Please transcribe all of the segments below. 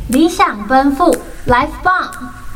理想奔赴 Life 棒。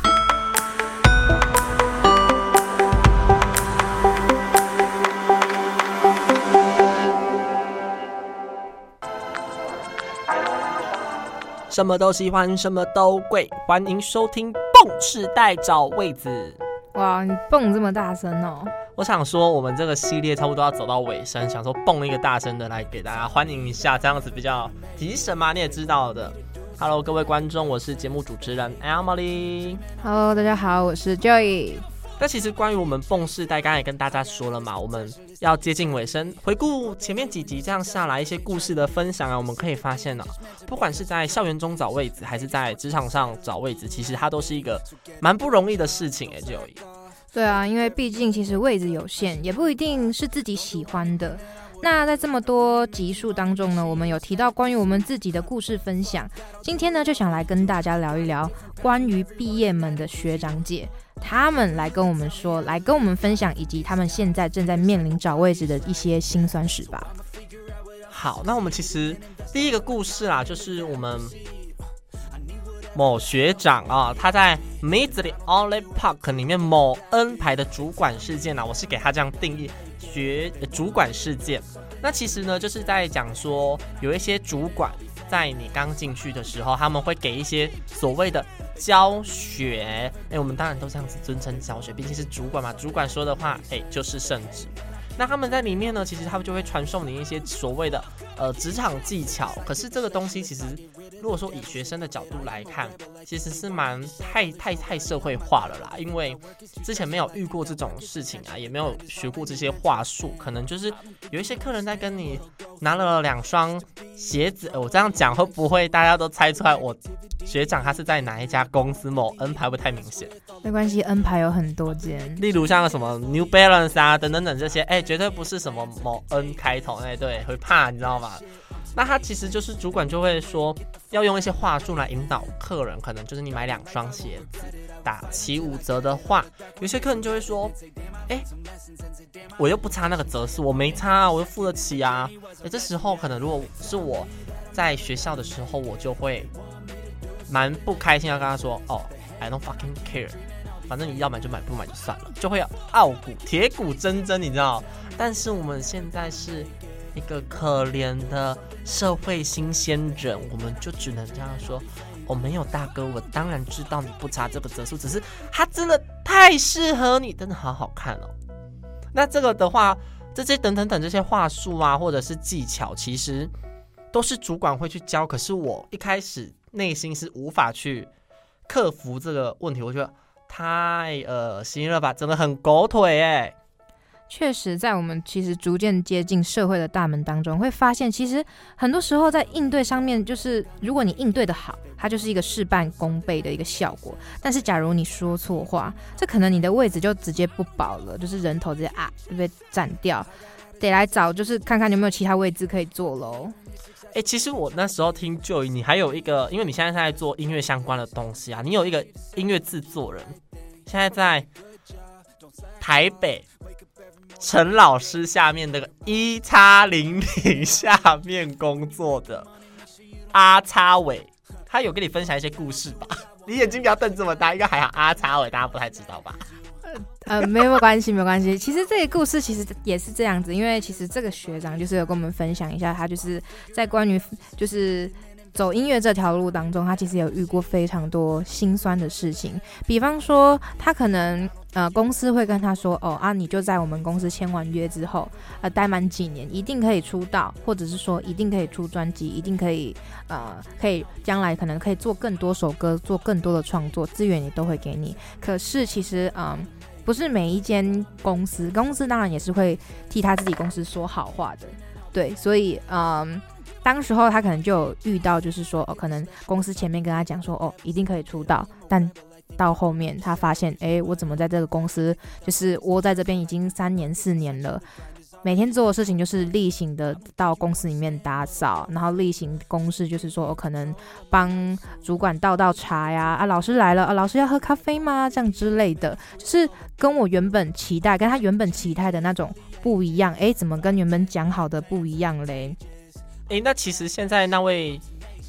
什么都喜欢，什么都贵，欢迎收听蹦世代找位子。 哇，你蹦这么大声哦！ 我想说，我们这个系列差不多要走到尾声，想说蹦一个大声的来给大家欢迎一下，这样子比较提神嘛，你也知道的。Hello， 各位观众，我是节目主持人 Emily。Hello， 大家好，我是 Joy。 那其实关于我们蹦世代，刚才也跟大家说了嘛，我们要接近尾声，回顾前面几集这样下来一些故事的分享啊，我们可以发现啊，不管是在校园中找位子，还是在职场上找位子，其实它都是一个蛮不容易的事情Joy。 对啊，因为毕竟其实位子有限，也不一定是自己喜欢的。那在这么多集数当中呢，我们有提到关于我们自己的故事分享。今天呢，就想来跟大家聊一聊关于毕业们的学长姐，他们来跟我们说，来跟我们分享，以及他们现在正在面临找位置的一些辛酸史吧。 好，那我们其实第一个故事啦，就是我们某学长啊，他在 Midley Outlet Park 里面某 N 牌的主管事件啊，我是给他这样定义主管事件。那其实呢，就是在讲说有一些主管在你刚进去的时候，他们会给一些所谓的教学，我们当然都这样子尊称教学，毕竟是主管嘛，主管说的话就是圣旨。那他们在里面呢，其实他们就会传授你一些所谓的职场技巧。可是这个东西其实，如果说以学生的角度来看，其实是蛮太社会化了啦。因为之前没有遇过这种事情啊，也没有学过这些话术，可能就是有一些客人在跟你拿了2双鞋子，我这样讲会不会大家都猜出来我学长他是在哪一家公司？某 N 牌会不会太明显？ 没关系 ，N 牌有很多间， 例如像什么 New Balance 啊等等这些，绝对不是什么某 N 开头，对，会怕，你知道吗？那他其实就是主管就会说，要用一些话术来引导客人，可能就是你买2双鞋子打75折的话，有些客人就会说，我又不差那个折数，我没差啊，我又付得起啊。这时候可能如果是我在学校的时候，我就会蛮不开心，要跟他说I don't fucking care， 反正你要买就买，不买就算了，就会有傲骨铁骨铮铮，你知道。但是我们现在是一个可怜的社会新鲜人，我们就只能这样说，没有大哥，我当然知道你不差这个折数，只是它真的太适合你，真的好好看哦。那这个的话，这些等这些话术啊，或者是技巧，其实都是主管会去教，可是我一开始内心是无法去克服这个问题，我觉得太恶心了吧，真的很狗腿确实，在我们其实逐渐接近社会的大门当中，会发现其实很多时候在应对上面，就是如果你应对的好，它就是一个事半功倍的一个效果。但是假如你说错话，这可能你的位置就直接不保了，就是人头直接就被占掉，得来找就是看看有没有其他位置可以坐咯。 其实我那时候听 Joy， 你还有一个，因为你现在在做音乐相关的东西啊，你有一个音乐制作人，现在在台北陈老师下面的1X00下面工作的阿叉伟，他有跟你分享一些故事吧？你眼睛不要瞪这么大，应该还好。阿叉伟大家不太知道吧？ 没有关系，没关系。其实这个故事其实也是这样子，因为其实这个学长就是有跟我们分享一下，他就是在关于就是走音乐这条路当中，他其实有遇过非常多辛酸的事情。比方说，他可能公司会跟他说，你就在我们公司签完约之后，待满几年，一定可以出道，或者是说一定可以出专辑，一定可以将来可能可以做更多首歌，做更多的创作，资源也都会给你。可是其实不是每一间公司当然也是会替他自己公司说好话的，对，所以当时候他可能就有遇到，就是说可能公司前面跟他讲说一定可以出道，但到后面他发现我怎么在这个公司就是窝在这边已经3年4年了，每天做的事情就是例行的到公司里面打扫，然后例行公事就是说可能帮主管倒茶呀，老师来了，老师要喝咖啡吗？这样之类的，就是跟我原本期待跟他原本期待的那种不一样，怎么跟原本讲好的不一样嘞？ 那其实现在那位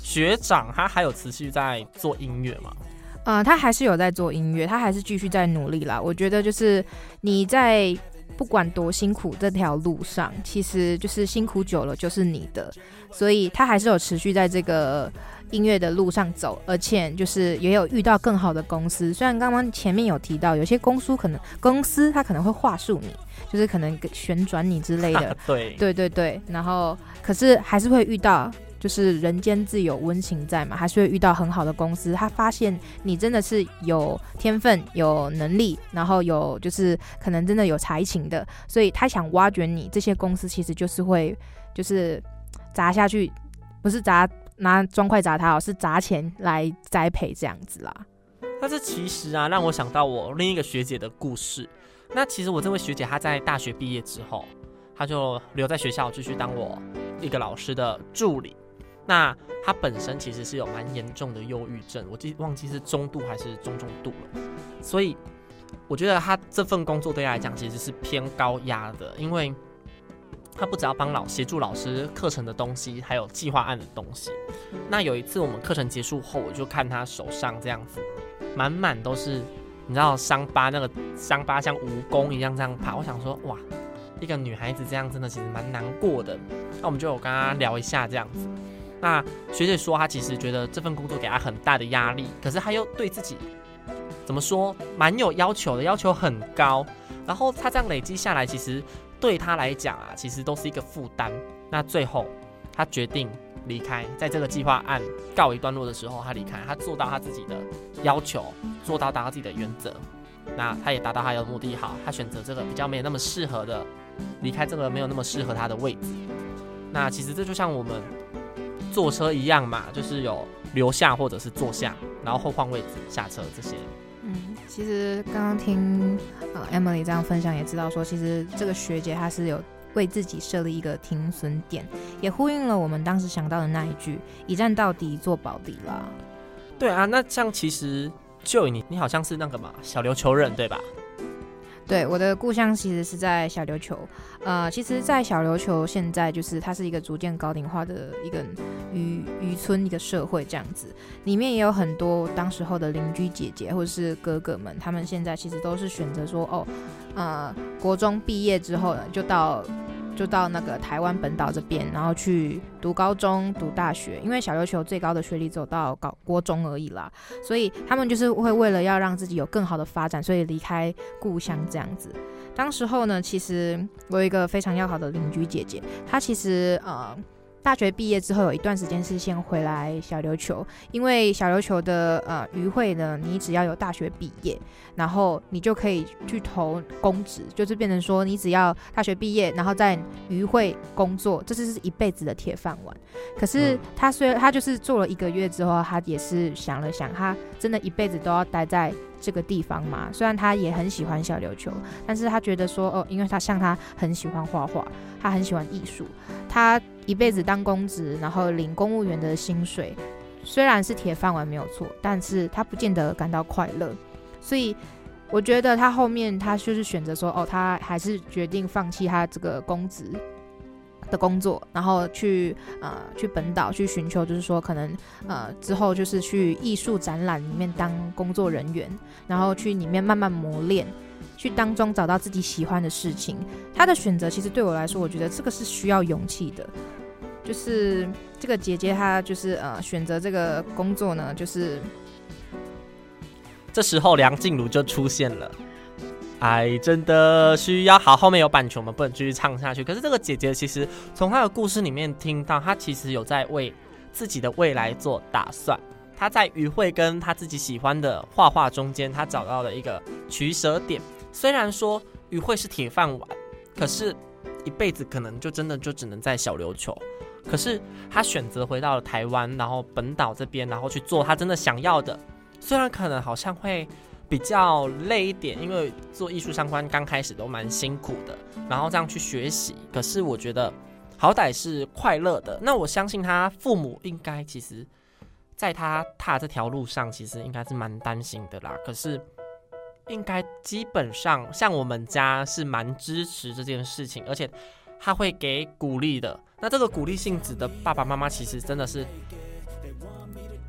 学长他还有持续在做音乐吗？ 他还是有在做音乐，他还是继续在努力啦。我觉得就是你在不管多辛苦这条路上，其实就是辛苦久了就是你的，所以他还是有持续在这个音乐的路上走，而且就是也有遇到更好的公司。虽然刚刚前面有提到，有些公司他可能会话术你，就是可能旋转你之类的，对，然后可是还是会遇到。就是人间自有温情在嘛，还是会遇到很好的公司，他发现你真的是有天分、有能力，然后有就是可能真的有才情的，所以他想挖掘你。这些公司其实就是会就是砸下去，不是拿砖块砸他，是砸钱来栽培这样子啦。 但是其实啊，让我想到我另一个学姐的故事。那其实我这位学姐她在大学毕业之后，她就留在学校继续当我一个老师的助理。那他本身其实是有蛮严重的忧郁症，我忘记是中度还是中度了，所以我觉得他这份工作对他来讲其实是偏高压的，因为他不只要协助老师课程的东西，还有计划案的东西。那有一次我们课程结束后，我就看他手上这样子，满满都是你知道伤疤，那个伤疤像蜈蚣一样这样爬。我想说，哇，一个女孩子这样真的其实蛮难过的。那我们就有跟他聊一下这样子。那学姐说，她其实觉得这份工作给她很大的压力，可是她又对自己怎么说，蛮有要求的，要求很高。然后她这样累积下来，其实对她来讲啊，其实都是一个负担。那最后她决定离开，在这个计划案告一段落的时候，她离开，她做到她自己的要求，达到自己的原则。那她也达到她的目的，好，她选择这个比较没有那么适合的，离开这个没有那么适合她的位置。那其实这就像我们坐车一样嘛，就是有留下或者是坐下，然后换位置下车这些。 其实刚刚听Emily 这样分享，也知道说，其实这个学姐她是有为自己设立一个停损点，也呼应了我们当时想到的那一句“一站到底，做保底”啦。 对啊，那像其实就你好像是那个嘛小琉球人对吧？ 对，我的故乡其实是在小琉球。其实，在小琉球现在就是它是一个逐渐高龄化的一个渔村一个社会这样子，里面也有很多当时候的邻居姐姐或者是哥哥们，他们现在其实都是选择说，国中毕业之后就到那个台湾本岛这边，然后去读高中、读大学。因为小琉球最高的学历只有到国中而已啦，所以他们就是会为了要让自己有更好的发展，所以离开故乡这样子。当时候呢，其实我有一个非常要好的邻居姐姐，她其实大学毕业之后有一段时间是先回来小琉球，因为小琉球的渔会呢，你只要有大学毕业，然后你就可以去投公职，就是变成说你只要大学毕业，然后在渔会工作，这就是一辈子的铁饭碗。可是他就是做了1个月之后，他也是想了想，他真的一辈子都要待在这个地方嘛？虽然他也很喜欢小琉球，但是他觉得说，因为他很喜欢画画，他很喜欢艺术，他一辈子当公职，然后领公务员的薪水，虽然是铁饭碗没有错，但是他不见得感到快乐。所以我觉得他后面他就是选择说，他还是决定放弃他这个公职的工作，然后去本岛去寻求，就是说可能之后就是去艺术展览里面当工作人员，然后去里面慢慢磨练，去当中找到自己喜欢的事情。他的选择其实对我来说，我觉得这个是需要勇气的。就是这个姐姐她就是选择这个工作呢，就是这时候梁静茹就出现了。爱真的需要好，后面有版权，我们不能继续唱下去。可是这个姐姐其实从她的故事里面听到，她其实有在为自己的未来做打算。她在渔会跟她自己喜欢的画画中间，她找到了一个取舍点。虽然说渔会是铁饭碗，可是一辈子可能就真的就只能在小琉球。可是她选择回到了台湾，然后本岛这边，然后去做她真的想要的。虽然可能好像会比较累一点，因为做艺术相关刚开始都蛮辛苦的，然后这样去学习，可是我觉得好歹是快乐的。那我相信他父母应该其实在他踏这条路上其实应该是蛮担心的啦，可是应该基本上像我们家是蛮支持这件事情，而且他会给鼓励的。那这个鼓励性质的爸爸妈妈其实真的是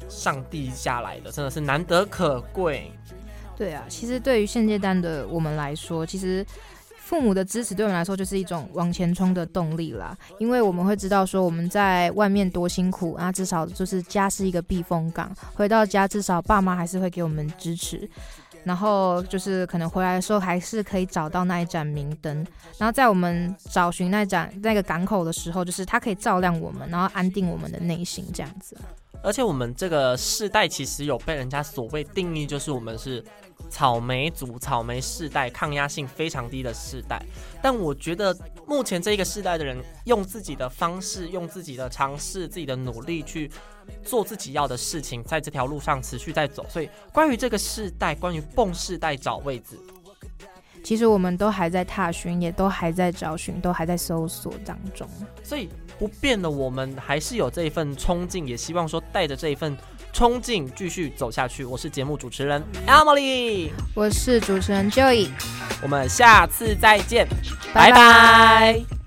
上帝下来的，真的是难得可贵。 对啊，其实对于现阶段的我们来说，其实父母的支持对我们来说就是一种往前冲的动力啦，因为我们会知道说我们在外面多辛苦啊，至少就是家是一个避风港，回到家至少爸妈还是会给我们支持，然后就是可能回来的时候还是可以找到那一盏明灯，然后在我们找寻那个港口的时候，就是它可以照亮我们，然后安定我们的内心这样子。 而且我们这个世代其实有被人家所谓定义，就是我们是草莓族、草莓世代，抗压性非常低的世代。但我觉得目前这个世代的人，用自己的方式、用自己的尝试、自己的努力去做自己要的事情，在这条路上持续在走。所以关于这个世代，关于蹦世代找位置， 其实我们都还在踏寻，也都还在找寻，都还在搜索当中。 所以不变的我们还是有这一份冲劲，也希望说带着这一份冲劲继续走下去。我是节目主持人 Emily， 我是主持人 Joey， 我们下次再见， 拜拜。 拜拜。